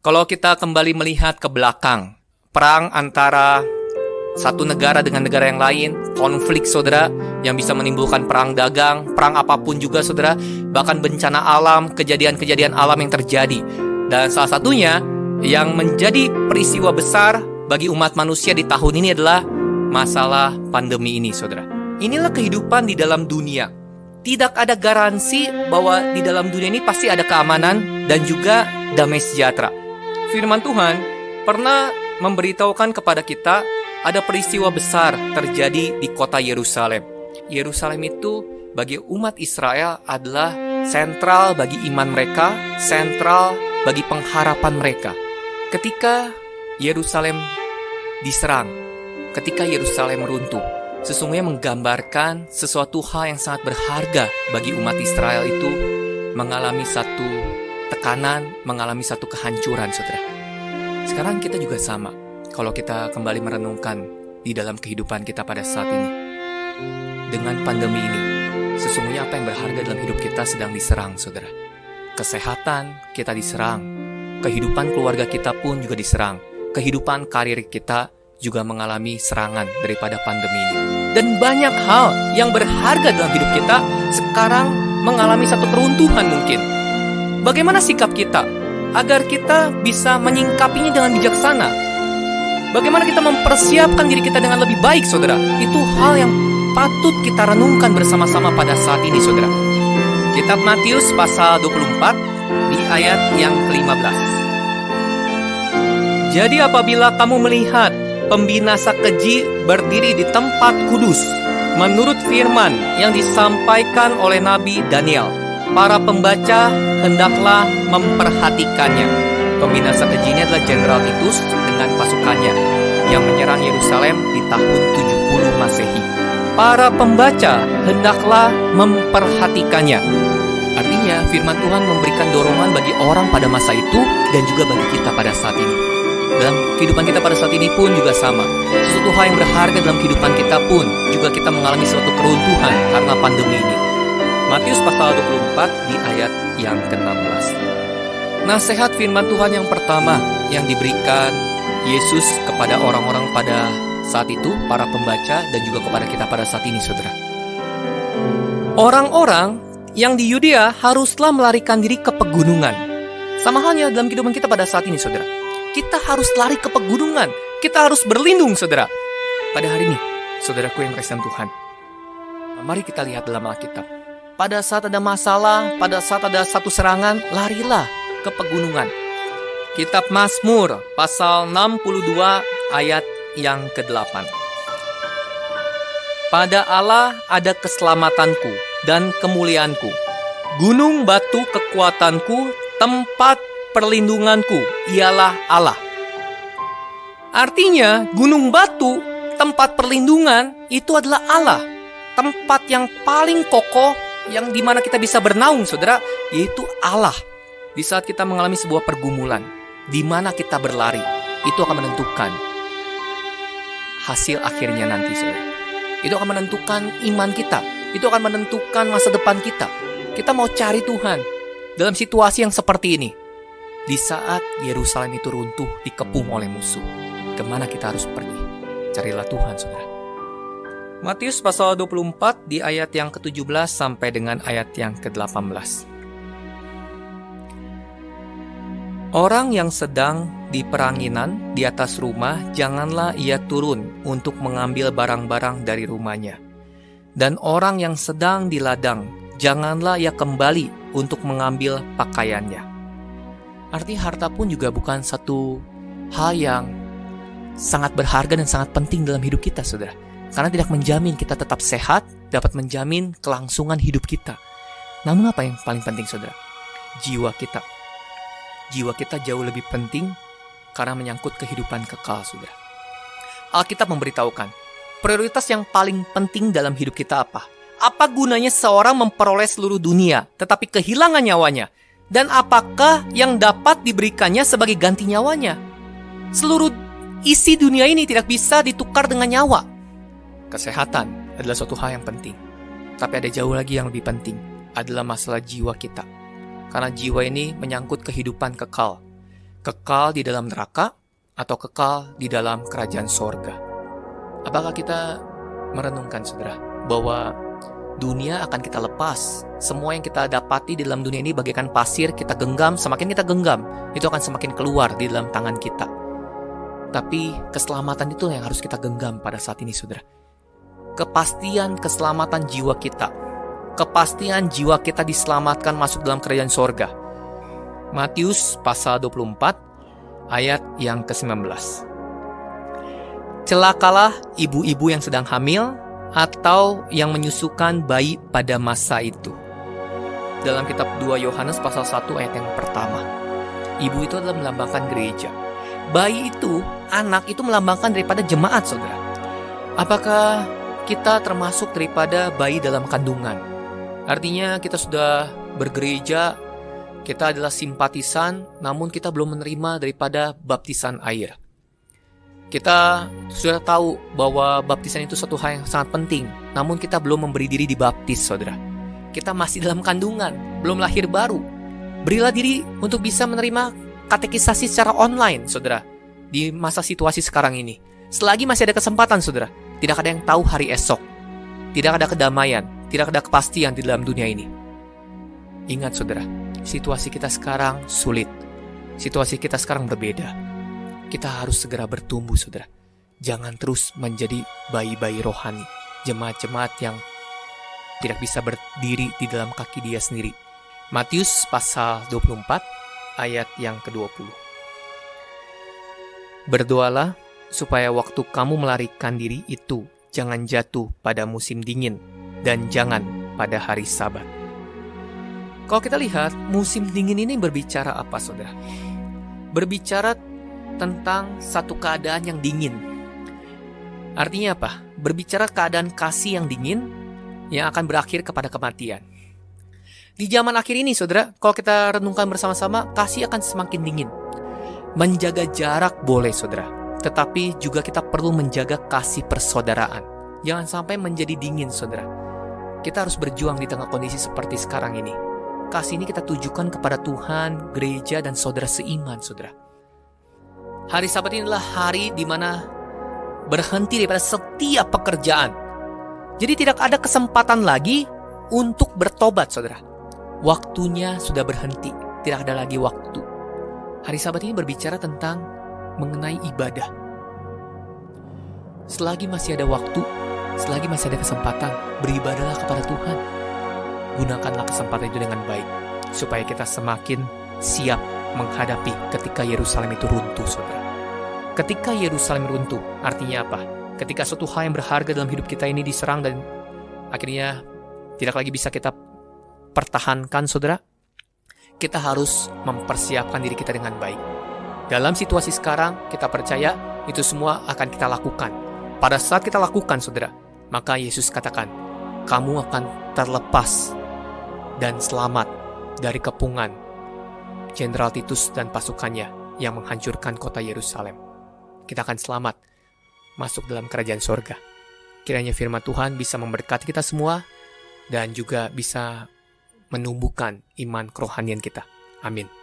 Kalau kita kembali melihat ke belakang, perang antara satu negara dengan negara yang lain, konflik saudara, yang bisa menimbulkan perang dagang, perang apapun juga saudara, bahkan bencana alam, kejadian-kejadian alam yang terjadi. Dan salah satunya yang menjadi peristiwa besar bagi umat manusia di tahun ini adalah masalah pandemi ini saudara. Inilah kehidupan di dalam dunia. Tidak ada garansi bahwa di dalam dunia ini pasti ada keamanan dan juga damai sejahtera. Firman Tuhan pernah memberitahukan kepada kita ada peristiwa besar terjadi di kota Yerusalem. Yerusalem itu bagi umat Israel adalah sentral bagi iman mereka, sentral bagi pengharapan mereka. Ketika Yerusalem diserang, ketika Yerusalem runtuh, sesungguhnya menggambarkan sesuatu hal yang sangat berharga bagi umat Israel itu mengalami satu tekanan, mengalami satu kehancuran, saudara. Sekarang kita juga sama. Kalau kita kembali merenungkan di dalam kehidupan kita pada saat ini, dengan pandemi ini, sesungguhnya apa yang berharga dalam hidup kita sedang diserang, saudara. Kesehatan kita diserang, kehidupan keluarga kita pun juga diserang, kehidupan karir kita juga mengalami serangan daripada pandemi ini. Dan banyak hal yang berharga dalam hidup kita sekarang mengalami satu keruntuhan mungkin. Bagaimana sikap kita agar kita bisa menyingkapinya dengan bijaksana? Bagaimana kita mempersiapkan diri kita dengan lebih baik, saudara? Itu hal yang patut kita renungkan bersama-sama pada saat ini, saudara. Kitab Matius pasal 24 di ayat yang ke-15. Jadi apabila kamu melihat pembinasa keji berdiri di tempat kudus, menurut firman yang disampaikan oleh Nabi Daniel, para pembaca hendaklah memperhatikannya. Pembinasa keji ini adalah Jenderal Titus dengan pasukannya yang menyerang Yerusalem di tahun 70 Masehi. Para pembaca hendaklah memperhatikannya. Artinya firman Tuhan memberikan dorongan bagi orang pada masa itu dan juga bagi kita pada saat ini. Dalam kehidupan kita pada saat ini pun juga sama. Sesuatu hal yang berharga dalam kehidupan kita pun juga kita mengalami suatu keruntuhan karena pandemi ini. Matius pasal 24 di ayat yang ke-16. Nasihat firman Tuhan yang pertama yang diberikan Yesus kepada orang-orang pada saat itu, para pembaca dan juga kepada kita pada saat ini, saudara. Orang-orang yang di Yudea haruslah melarikan diri ke pegunungan. Sama halnya dalam kehidupan kita pada saat ini, saudara. Kita harus lari ke pegunungan. Kita harus berlindung, saudara. Pada hari ini, saudaraku yang kasih Tuhan, mari kita lihat dalam Alkitab. Pada saat ada masalah, pada saat ada satu serangan, larilah ke pegunungan. Kitab Mazmur pasal 62 ayat yang ke-8. Pada Allah ada keselamatanku dan kemuliaanku, gunung batu kekuatanku, tempat perlindunganku, ialah Allah. Artinya, gunung batu, tempat perlindungan, itu adalah Allah. Tempat yang paling kokoh, yang dimana kita bisa bernaung, saudara, yaitu Allah. Di saat kita mengalami sebuah pergumulan, di mana kita berlari, itu akan menentukan hasil akhirnya nanti, saudara. Itu akan menentukan iman kita. Itu akan menentukan masa depan kita. Kita mau cari Tuhan dalam situasi yang seperti ini. Di saat Yerusalem itu runtuh, dikepung oleh musuh, kemana kita harus pergi? Carilah Tuhan, saudara. Matius pasal 24 di ayat yang ke-17 sampai dengan ayat yang ke-18. Orang yang sedang di peranginan di atas rumah, janganlah ia turun untuk mengambil barang-barang dari rumahnya. Dan orang yang sedang di ladang, janganlah ia kembali untuk mengambil pakaiannya. Arti harta pun juga bukan satu hal yang sangat berharga dan sangat penting dalam hidup kita, saudara. Karena tidak menjamin kita tetap sehat, dapat menjamin kelangsungan hidup kita. Namun apa yang paling penting, saudara? Jiwa kita. Jiwa kita jauh lebih penting karena menyangkut kehidupan kekal, saudara. Alkitab memberitahukan, prioritas yang paling penting dalam hidup kita apa? Apa gunanya seorang memperoleh seluruh dunia, tetapi kehilangan nyawanya? Dan apakah yang dapat diberikannya sebagai ganti nyawanya? Seluruh isi dunia ini tidak bisa ditukar dengan nyawa. Kesehatan adalah suatu hal yang penting. Tapi ada jauh lagi yang lebih penting, adalah masalah jiwa kita. Karena jiwa ini menyangkut kehidupan kekal. Kekal di dalam neraka atau kekal di dalam kerajaan sorga? Apakah kita merenungkan, saudara, bahwa dunia akan kita lepas. Semua yang kita dapati di dalam dunia ini bagaikan pasir, kita genggam, semakin kita genggam, itu akan semakin keluar di dalam tangan kita. Tapi keselamatan itu yang harus kita genggam pada saat ini, saudara. Kepastian keselamatan jiwa kita. Kepastian jiwa kita diselamatkan masuk dalam kerajaan sorga. Matius pasal 24 ayat yang ke-19. Celakalah ibu-ibu yang sedang hamil atau yang menyusukan bayi pada masa itu. Dalam kitab 2 Yohanes pasal 1 ayat yang pertama. Ibu itu adalah melambangkan gereja. Bayi itu, anak itu melambangkan daripada jemaat, saudara. Apakah kita termasuk daripada bayi dalam kandungan? Artinya kita sudah bergereja, kita adalah simpatisan, namun kita belum menerima daripada baptisan air. Kita sudah tahu bahwa baptisan itu suatu hal yang sangat penting, namun kita belum memberi diri dibaptis, saudara. Kita masih dalam kandungan, belum lahir baru. Berilah diri untuk bisa menerima katekisasi secara online, saudara, di masa situasi sekarang ini. Selagi masih ada kesempatan, saudara, tidak ada yang tahu hari esok. Tidak ada kedamaian, tidak ada kepastian di dalam dunia ini. Ingat, saudara, situasi kita sekarang sulit. Situasi kita sekarang berbeda. Kita harus segera bertumbuh, saudara. Jangan terus menjadi bayi-bayi rohani, jemaat-jemaat yang tidak bisa berdiri di dalam kaki dia sendiri. Matius pasal 24 ayat yang ke-20. Berdoalah supaya waktu kamu melarikan diri itu jangan jatuh pada musim dingin dan jangan pada hari Sabat. Kalau kita lihat, musim dingin ini berbicara apa, saudara? Berbicara tentang satu keadaan yang dingin. Artinya apa? Berbicara keadaan kasih yang dingin yang akan berakhir kepada kematian. Di zaman akhir ini, saudara, kalau kita renungkan bersama-sama, kasih akan semakin dingin. Menjaga jarak boleh, saudara, tetapi juga kita perlu menjaga kasih persaudaraan. Jangan sampai menjadi dingin, saudara. Kita harus berjuang di tengah kondisi seperti sekarang ini. Kasih ini kita tujukan kepada Tuhan, gereja, dan saudara seiman, saudara. Hari Sabat ini adalah hari di mana berhenti daripada setiap pekerjaan. Jadi tidak ada kesempatan lagi untuk bertobat, saudara. Waktunya sudah berhenti, tidak ada lagi waktu. Hari Sabat ini berbicara tentang mengenai ibadah. Selagi masih ada waktu, selagi masih ada kesempatan, beribadahlah kepada Tuhan. Gunakanlah kesempatan itu dengan baik, supaya kita semakin siap menghadapi ketika Yerusalem itu runtuh, saudara. Ketika Yerusalem runtuh, artinya apa? Ketika suatu hal yang berharga dalam hidup kita ini diserang dan akhirnya tidak lagi bisa kita pertahankan, saudara, kita harus mempersiapkan diri kita dengan baik. Dalam situasi sekarang, kita percaya itu semua akan kita lakukan. Pada saat kita lakukan, saudara, maka Yesus katakan, kamu akan terlepas dan selamat dari kepungan Jenderal Titus dan pasukannya yang menghancurkan kota Yerusalem. Kita akan selamat masuk dalam kerajaan sorga. Kiranya firman Tuhan bisa memberkati kita semua dan juga bisa menumbuhkan iman kerohanian kita. Amin.